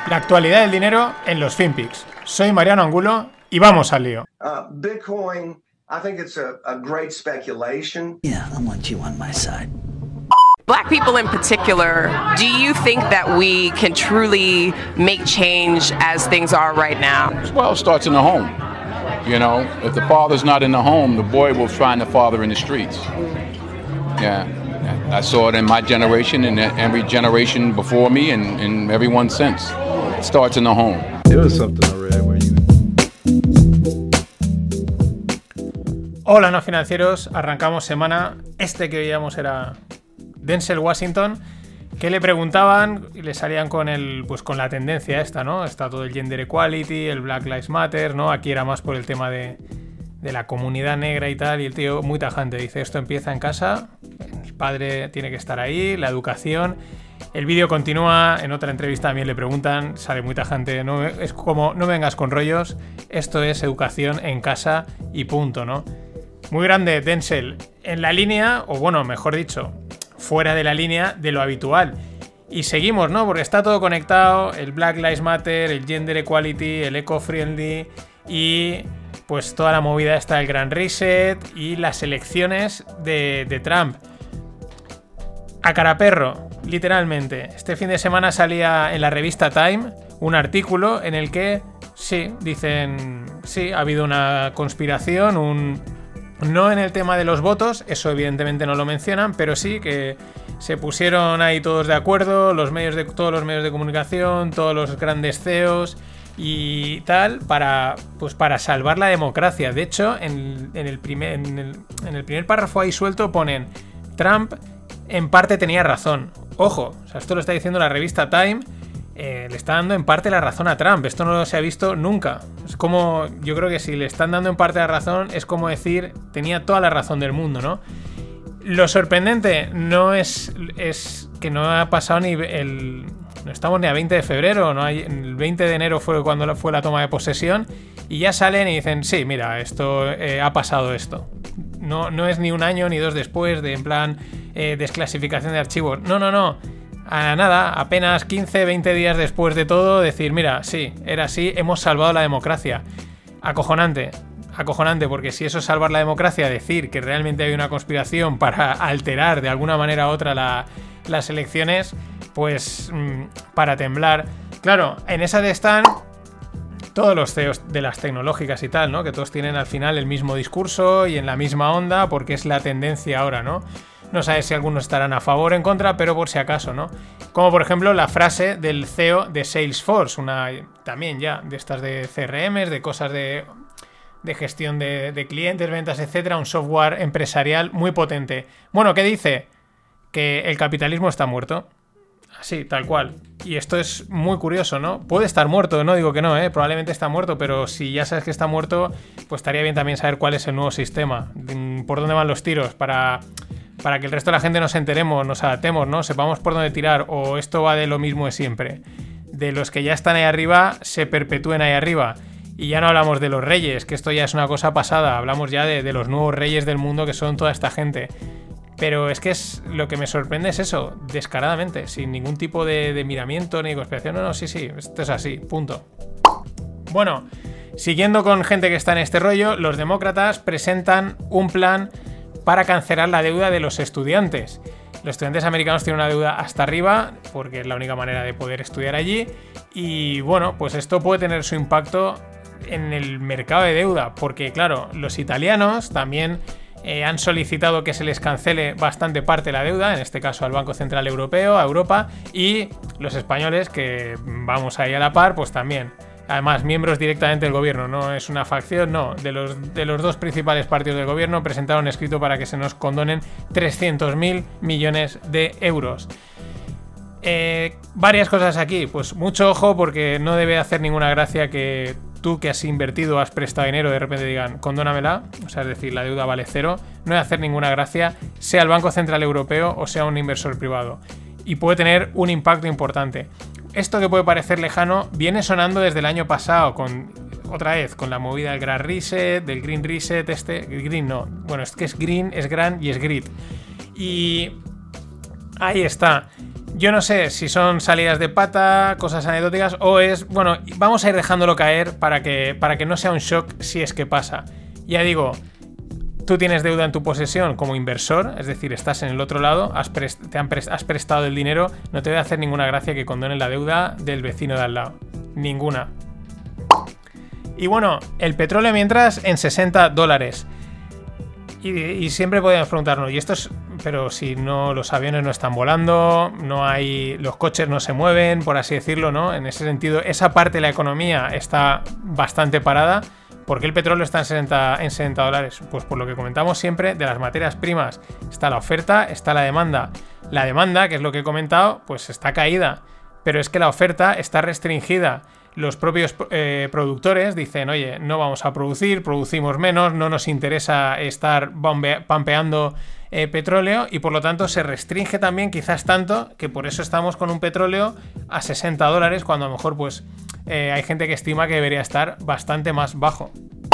La actualidad del dinero en los FinPix. Soy Mariano Angulo y vamos al lío. Bitcoin, I think it's a great speculation. Yeah, I want you on my side. Black people in particular, do you think that we can truly make change as things are right now? Well, it starts in the home. You know, if the father's not in the home, the boy will find the father in the streets. Yeah, I saw it in my generation and every generation before me and everyone since. It starts in the home. It was something I read where you... Hola, no financieros. Arrancamos semana. Este que veíamos era Denzel Washington, que le preguntaban y le salían con con la tendencia esta, ¿no? Está todo el gender equality, el Black Lives Matter, ¿no? Aquí era más por el tema de la comunidad negra y tal, y el tío muy tajante dice, esto empieza en casa, el padre tiene que estar ahí, la educación. El vídeo continúa, en otra entrevista también le preguntan, sale muy tajante, ¿no? Es como, no vengas con rollos, esto es educación en casa y punto, ¿no? Muy grande Denzel, en la línea, o bueno, mejor dicho, fuera de la línea de lo habitual. Y seguimos, ¿no? Porque está todo conectado, el Black Lives Matter, el Gender Equality, el Eco-Friendly y pues toda la movida esta del Gran Reset y las elecciones de Trump. A caraperro, literalmente. Este fin de semana salía en la revista Time un artículo en el que, sí, dicen, sí, ha habido una conspiración, no en el tema de los votos, eso evidentemente no lo mencionan, pero sí que se pusieron ahí todos de acuerdo, todos los medios de comunicación, todos los grandes CEOs y tal, para salvar la democracia. De hecho, en el primer párrafo ahí suelto ponen Trump en parte tenía razón. Ojo, o sea, esto lo está diciendo la revista Time. Le está dando en parte la razón a Trump. Esto no se ha visto nunca. Es como, yo creo que si le están dando en parte la razón, es como decir, tenía toda la razón del mundo, ¿no? Lo sorprendente no es que no ha pasado no estamos ni a 20 de febrero, ¿no? El 20 de enero fue cuando fue la toma de posesión y ya salen y dicen, sí, mira, esto ha pasado esto. No es ni un año ni dos después de, en plan, desclasificación de archivos. No. A nada, apenas 15, 20 días después de todo, decir, mira, sí, era así, hemos salvado la democracia. Acojonante, porque si eso es salvar la democracia, decir que realmente hay una conspiración para alterar de alguna manera u otra las elecciones, pues para temblar. Claro, en esa están todos los CEOs de las tecnológicas y tal, ¿no? Que todos tienen al final el mismo discurso y en la misma onda, porque es la tendencia ahora, ¿no? No sabes si algunos estarán a favor o en contra, pero por si acaso, ¿no? Como por ejemplo la frase del CEO de Salesforce, una también ya de estas de CRMs, de cosas de gestión de clientes, ventas, etcétera, un software empresarial muy potente. Bueno, ¿qué dice? Que el capitalismo está muerto. Así, tal cual. Y esto es muy curioso, ¿no? Puede estar muerto, no digo que no, probablemente está muerto, pero si ya sabes que está muerto, pues estaría bien también saber cuál es el nuevo sistema, por dónde van los tiros, para que el resto de la gente nos enteremos, nos adaptemos, ¿no? Sepamos por dónde tirar, o esto va de lo mismo de siempre. De los que ya están ahí arriba, se perpetúen ahí arriba. Y ya no hablamos de los reyes, que esto ya es una cosa pasada, hablamos ya de los nuevos reyes del mundo, que son toda esta gente. Pero es que lo que me sorprende es eso, descaradamente, sin ningún tipo de miramiento ni conspiración. No, sí, esto es así, punto. Bueno, siguiendo con gente que está en este rollo, los demócratas presentan un plan para cancelar la deuda de los estudiantes. Los estudiantes americanos tienen una deuda hasta arriba, porque es la única manera de poder estudiar allí. Y bueno, pues esto puede tener su impacto en el mercado de deuda, porque claro, los italianos también han solicitado que se les cancele bastante parte de la deuda, en este caso al Banco Central Europeo, a Europa, y los españoles, que vamos ahí a la par, pues también. Además, miembros directamente del gobierno, no es una facción, no. De los dos principales partidos del gobierno presentaron escrito para que se nos condonen 300.000 millones de euros. Varias cosas aquí, pues mucho ojo, porque no debe hacer ninguna gracia que tú, que has invertido, has prestado dinero, de repente digan, condónamela, o sea, es decir, la deuda vale cero. No debe hacer ninguna gracia, sea el Banco Central Europeo o sea un inversor privado. Y puede tener un impacto importante. Esto que puede parecer lejano viene sonando desde el año pasado, otra vez con la movida del Gran Reset, del Green Reset, Green no, bueno, es que es Green, es Gran y es Grid. Y ahí está. Yo no sé si son salidas de pata, cosas anecdóticas, o es... Bueno, vamos a ir dejándolo caer para que no sea un shock si es que pasa. Ya digo, tú tienes deuda en tu posesión como inversor, es decir, estás en el otro lado, has prestado el dinero, no te debe hacer ninguna gracia que condonen la deuda del vecino de al lado. Ninguna. Y bueno, el petróleo mientras en $60. Y siempre podemos preguntarnos, ¿y esto es? Pero si no, los aviones no están volando, no hay, los coches no se mueven, por así decirlo, ¿no? En ese sentido, esa parte de la economía está bastante parada. ¿Por qué el petróleo está en $60? Pues por lo que comentamos siempre, de las materias primas está la oferta, está la demanda. La demanda, que es lo que he comentado, pues está caída, pero es que la oferta está restringida. Los propios productores dicen, oye, no vamos a producir, producimos menos, no nos interesa estar pampeando petróleo, y por lo tanto se restringe también, quizás tanto, que por eso estamos con un petróleo a $60, cuando a lo mejor pues hay gente que estima que debería estar bastante más bajo.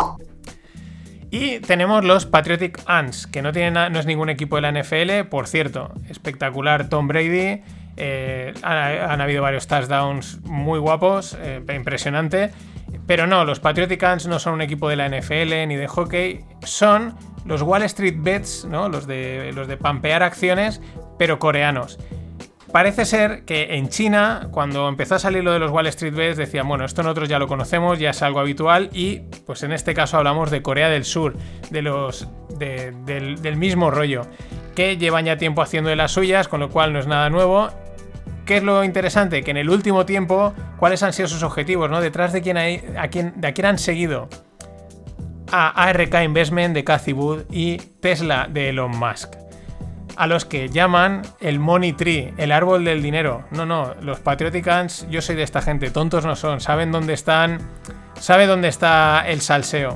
Y tenemos los Patriotic Ants, que no es ningún equipo de la NFL, por cierto, espectacular Tom Brady. Han habido varios touchdowns muy guapos, impresionante. Pero no, los Patriotic Ants no son un equipo de la NFL ni de hockey, son los Wall Street Bets, ¿no? Los de pampear acciones, pero coreanos. Parece ser que en China, cuando empezó a salir lo de los Wall Street Bets, decían, bueno, esto nosotros ya lo conocemos, ya es algo habitual, y pues en este caso hablamos de Corea del Sur, del mismo rollo, que llevan ya tiempo haciendo de las suyas, con lo cual no es nada nuevo. ¿Qué es lo interesante? Que en el último tiempo, ¿cuáles han sido sus objetivos, ¿no? Detrás de a quién han seguido. A ARK Investment de Cathie Wood y Tesla de Elon Musk, a los que llaman el Money Tree, el árbol del dinero. No, los Patriotic Ants, yo soy de esta gente, tontos no son, saben dónde están, sabe dónde está el salseo.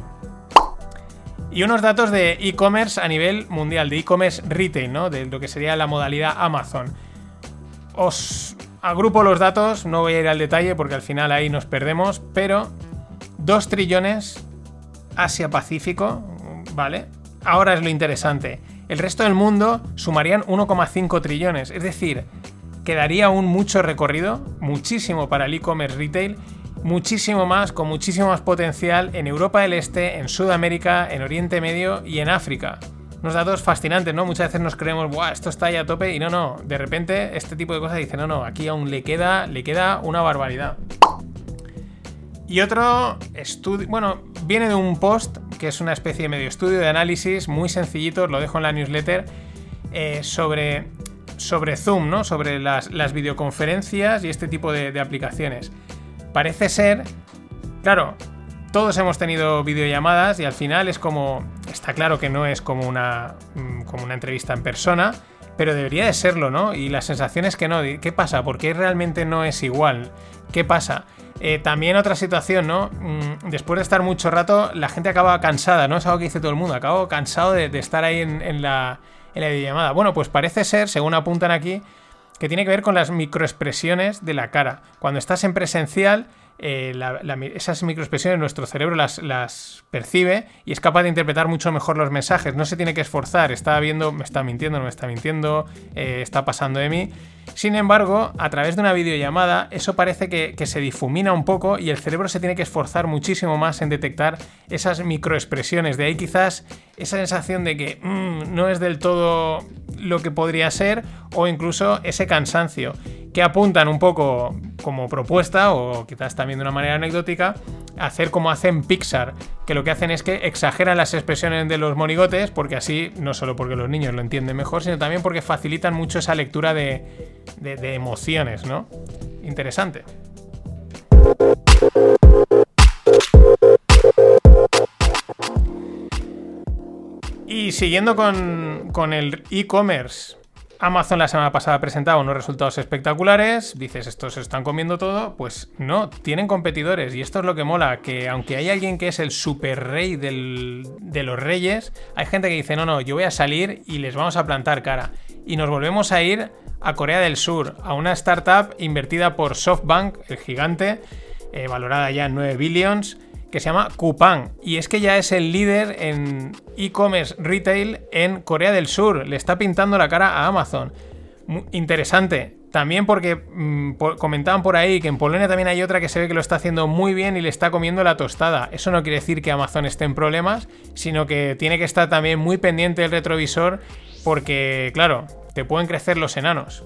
Y unos datos de e-commerce a nivel mundial, de e-commerce retail, ¿no? De lo que sería la modalidad Amazon. Os agrupo los datos, no voy a ir al detalle porque al final ahí nos perdemos, pero 2 trillones Asia-Pacífico, ¿vale? Ahora es lo interesante. El resto del mundo sumarían 1,5 trillones, es decir, quedaría aún mucho recorrido, muchísimo para el e-commerce retail, muchísimo más, con muchísimo más potencial en Europa del Este, en Sudamérica, en Oriente Medio y en África. Unos datos fascinantes, ¿no? Muchas veces nos creemos, ¡buah, esto está ahí a tope! Y no, de repente este tipo de cosas dicen, no, aquí aún le queda una barbaridad. Y otro estudio, bueno, viene de un post que es una especie de medio estudio de análisis muy sencillito, os lo dejo en la newsletter, sobre Zoom, ¿no? Sobre las videoconferencias y este tipo de aplicaciones. Parece ser, claro, todos hemos tenido videollamadas y al final es como, está claro que no es como una entrevista en persona, pero debería de serlo, ¿no? Y la sensación es que no. ¿Qué pasa? ¿Por qué realmente no es igual? ¿Qué pasa? También otra situación, ¿no? Después de estar mucho rato, la gente acaba cansada, ¿no? Es algo que dice todo el mundo, acabo cansado de estar ahí en la videollamada. Bueno, pues parece ser, según apuntan aquí, que tiene que ver con las microexpresiones de la cara. Cuando estás en presencial, esas microexpresiones nuestro cerebro las percibe y es capaz de interpretar mucho mejor los mensajes. No se tiene que esforzar, está viendo, me está mintiendo, no me está mintiendo, está pasando de mí. Sin embargo, a través de una videollamada, eso parece que se difumina un poco y el cerebro se tiene que esforzar muchísimo más en detectar esas microexpresiones. De ahí quizás esa sensación de que no es del todo lo que podría ser, o incluso ese cansancio, que apuntan un poco como propuesta, o quizás también de una manera anecdótica, a hacer como hacen Pixar, que lo que hacen es que exageran las expresiones de los monigotes, porque así, no solo porque los niños lo entienden mejor, sino también porque facilitan mucho esa lectura de emociones, ¿no? Interesante. Y siguiendo con el e-commerce, Amazon la semana pasada ha presentado unos resultados espectaculares. Dices, estos se están comiendo todo. Pues no, tienen competidores. Y esto es lo que mola, que aunque hay alguien que es el super rey de los reyes, hay gente que dice, no, yo voy a salir y les vamos a plantar cara. Y nos volvemos a ir a Corea del Sur, a una startup invertida por SoftBank, el gigante, valorada ya en 9 billions, que se llama Coupang, y es que ya es el líder en e-commerce retail en Corea del Sur. Le está pintando la cara a Amazon. Interesante. También porque comentaban por ahí que en Polonia también hay otra que se ve que lo está haciendo muy bien y le está comiendo la tostada. Eso no quiere decir que Amazon esté en problemas, sino que tiene que estar también muy pendiente del retrovisor porque, claro, te pueden crecer los enanos.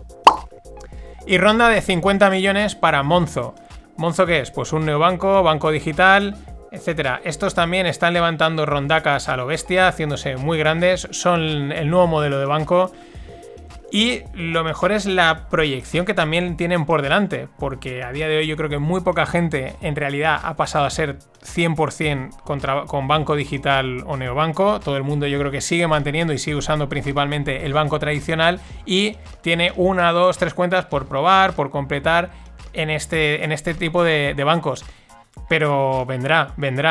Y ronda de 50 millones para Monzo. ¿Monzo qué es? Pues un neobanco, banco digital, etcétera. Estos también están levantando rondacas a lo bestia, haciéndose muy grandes. Son el nuevo modelo de banco. Y lo mejor es la proyección que también tienen por delante, porque a día de hoy yo creo que muy poca gente en realidad ha pasado a ser 100% con banco digital o neobanco. Todo el mundo yo creo que sigue manteniendo y sigue usando principalmente el banco tradicional y tiene 1, 2, 3 cuentas por probar, por completar en este tipo de bancos. Pero vendrá.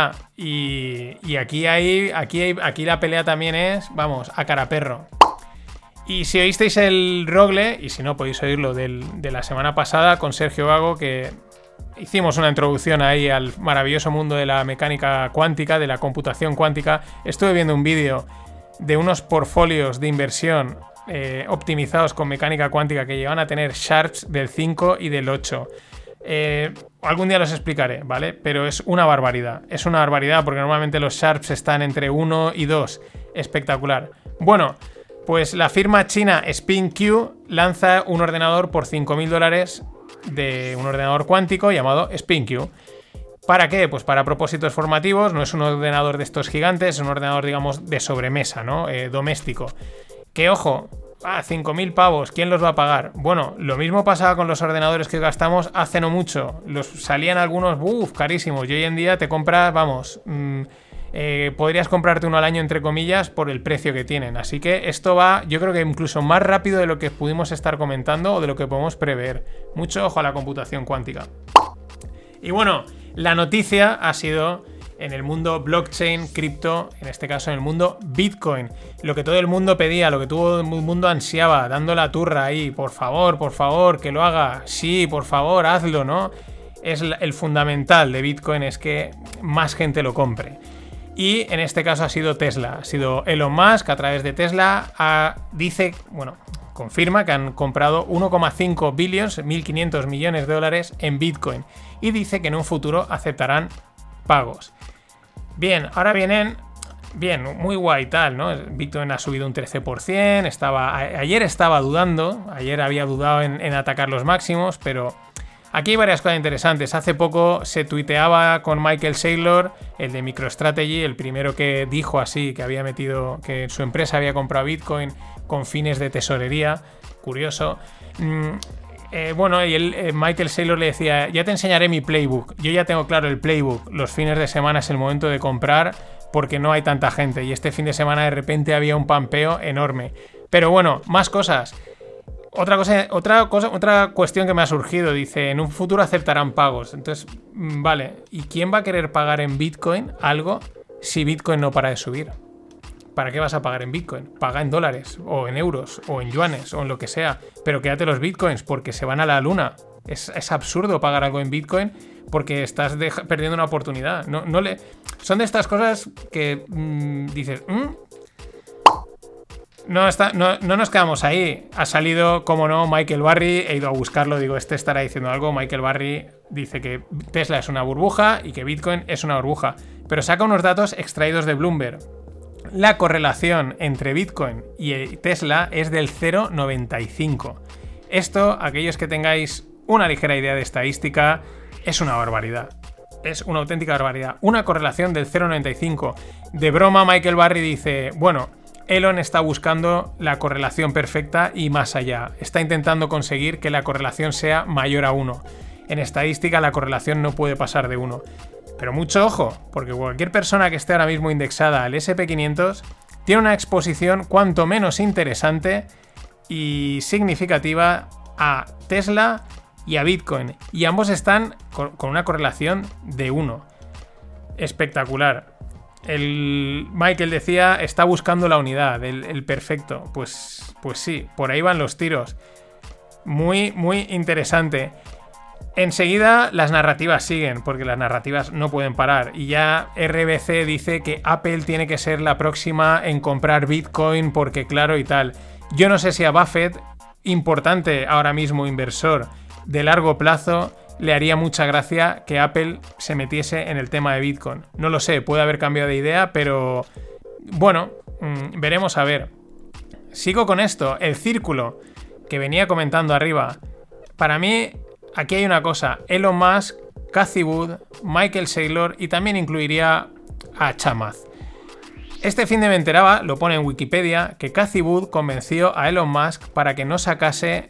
Y aquí la pelea también es, vamos, a cara perro. Y si oísteis el rogle, y si no podéis oírlo de la semana pasada con Sergio Gago, que hicimos una introducción ahí al maravilloso mundo de la mecánica cuántica, de la computación cuántica, estuve viendo un vídeo de unos portfolios de inversión optimizados con mecánica cuántica que llevan a tener Sharps del 5 y del 8. Algún día los explicaré, ¿vale? Pero es una barbaridad. Es una barbaridad porque normalmente los Sharps están entre 1 y 2. Espectacular. Bueno, pues la firma china SpinQ lanza un ordenador por $5.000 de un ordenador cuántico llamado SpinQ. ¿Para qué? Pues para propósitos formativos. No es un ordenador de estos gigantes, es un ordenador, digamos, de sobremesa, ¿no? Doméstico. Que, ojo, 5.000 pavos, ¿quién los va a pagar? Bueno, lo mismo pasaba con los ordenadores que gastamos hace no mucho. Salían algunos, carísimos. Y hoy en día te compras, vamos... podrías comprarte uno al año, entre comillas, por el precio que tienen. Así que esto va, yo creo que incluso más rápido de lo que pudimos estar comentando o de lo que podemos prever. Mucho ojo a la computación cuántica. Y bueno, la noticia ha sido en el mundo blockchain, cripto, en este caso en el mundo Bitcoin. Lo que todo el mundo pedía, lo que todo el mundo ansiaba, dando la turra ahí. Por favor, que lo haga. Sí, por favor, hazlo, ¿no? Es el fundamental de Bitcoin, es que más gente lo compre. Y en este caso ha sido Tesla, ha sido Elon Musk a través de Tesla, confirma que han comprado 1,5 billones, 1.500 millones de dólares en Bitcoin y dice que en un futuro aceptarán pagos. Bien, ahora vienen, muy guay tal, ¿no? Bitcoin ha subido un 13%, ayer estaba dudando, ayer había dudado en atacar los máximos, pero... Aquí hay varias cosas interesantes. Hace poco se tuiteaba con Michael Saylor, el de MicroStrategy, el primero que dijo así, que su empresa había comprado Bitcoin con fines de tesorería. Curioso. Michael Saylor le decía, ya te enseñaré mi playbook. Yo ya tengo claro el playbook. Los fines de semana es el momento de comprar porque no hay tanta gente. Y este fin de semana de repente había un pampeo enorme. Pero bueno, más cosas. Otra cuestión que me ha surgido, dice, en un futuro aceptarán pagos. Entonces, vale, ¿y quién va a querer pagar en Bitcoin algo si Bitcoin no para de subir? ¿Para qué vas a pagar en Bitcoin? Paga en dólares, o en euros, o en yuanes, o en lo que sea. Pero quédate los Bitcoins porque se van a la luna. Es absurdo pagar algo en Bitcoin porque estás perdiendo una oportunidad. Son de estas cosas que dices... No nos quedamos ahí. Ha salido, como no, Michael Burry. He ido a buscarlo, digo, estará diciendo algo. Michael Burry dice que Tesla es una burbuja y que Bitcoin es una burbuja. Pero saca unos datos extraídos de Bloomberg. La correlación entre Bitcoin y Tesla es del 0,95. Esto, aquellos que tengáis una ligera idea de estadística, es una barbaridad. Es una auténtica barbaridad. Una correlación del 0,95. De broma, Michael Burry dice, bueno... Elon está buscando la correlación perfecta y más allá. Está intentando conseguir que la correlación sea mayor a 1. En estadística la correlación no puede pasar de 1. Pero mucho ojo, porque cualquier persona que esté ahora mismo indexada al SP500 tiene una exposición cuanto menos interesante y significativa a Tesla y a Bitcoin. Y ambos están con una correlación de 1. Espectacular. El Michael decía, está buscando la unidad, el perfecto. Pues sí, por ahí van los tiros. Muy, muy interesante. Enseguida las narrativas siguen, porque las narrativas no pueden parar. Y ya RBC dice que Apple tiene que ser la próxima en comprar Bitcoin, porque claro y tal. Yo no sé si a Buffett importante ahora mismo inversor de largo plazo, le haría mucha gracia que Apple se metiese en el tema de Bitcoin. No lo sé, puede haber cambiado de idea, pero bueno, veremos a ver. Sigo con esto, el círculo que venía comentando arriba. Para mí, aquí hay una cosa, Elon Musk, Cathie Wood, Michael Saylor y también incluiría a Chamath. Este fin de me enteraba, lo pone en Wikipedia, que Cathie Wood convenció a Elon Musk para que no sacase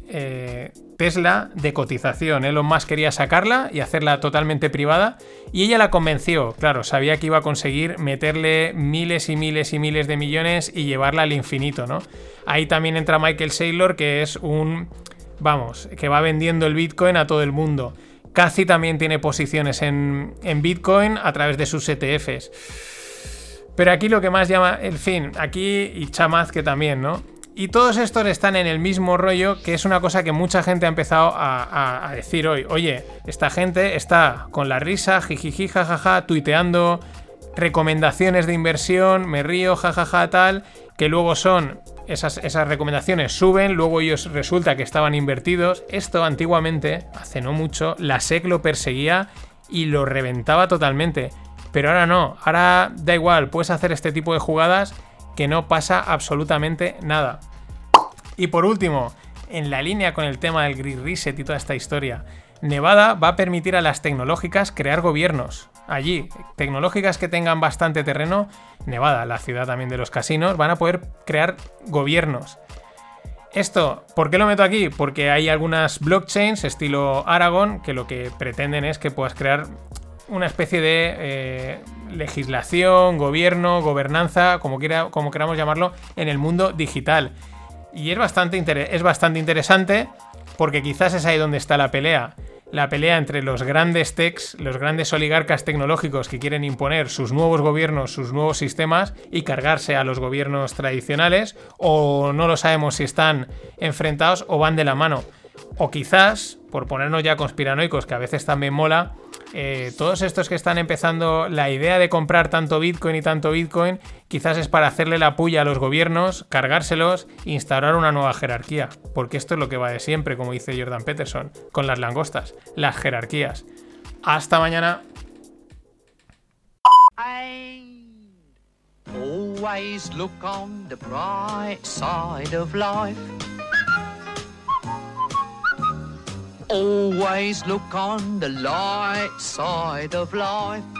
Tesla de cotización. Elon Musk quería sacarla y hacerla totalmente privada y ella la convenció. Claro, sabía que iba a conseguir meterle miles y miles y miles de millones y llevarla al infinito, ¿no? Ahí también entra Michael Saylor, que es que va vendiendo el Bitcoin a todo el mundo. Cathie también tiene posiciones en Bitcoin a través de sus ETFs. Pero aquí lo que más llama, aquí y Chamath que también, ¿no? Y todos estos están en el mismo rollo, que es una cosa que mucha gente ha empezado a decir hoy. Oye, esta gente está con la risa, jijiji, jajaja, tuiteando recomendaciones de inversión, me río, jajaja, tal, que luego son, esas recomendaciones suben, luego ellos resulta que estaban invertidos. Esto antiguamente, hace no mucho, la SEC lo perseguía y lo reventaba totalmente. Pero ahora no, ahora da igual, puedes hacer este tipo de jugadas que no pasa absolutamente nada. Y por último, en la línea con el tema del Great Reset y toda esta historia, Nevada va a permitir a las tecnológicas crear gobiernos. Allí, tecnológicas que tengan bastante terreno, Nevada, la ciudad también de los casinos, van a poder crear gobiernos. Esto, ¿por qué lo meto aquí? Porque hay algunas blockchains estilo Aragon que lo que pretenden es que puedas crear una especie de legislación, gobierno, gobernanza, como queramos llamarlo, en el mundo digital. Y es bastante interesante porque quizás es ahí donde está la pelea. La pelea entre los grandes techs, los grandes oligarcas tecnológicos que quieren imponer sus nuevos gobiernos, sus nuevos sistemas y cargarse a los gobiernos tradicionales, o no lo sabemos si están enfrentados o van de la mano. O quizás, por ponernos ya conspiranoicos, que a veces también mola, todos estos que están empezando la idea de comprar tanto Bitcoin, quizás es para hacerle la puya a los gobiernos, cargárselos e instaurar una nueva jerarquía. Porque esto es lo que va de siempre, como dice Jordan Peterson, con las langostas, las jerarquías. Hasta mañana. Always look on the bright side of life. Always look on the light side of life.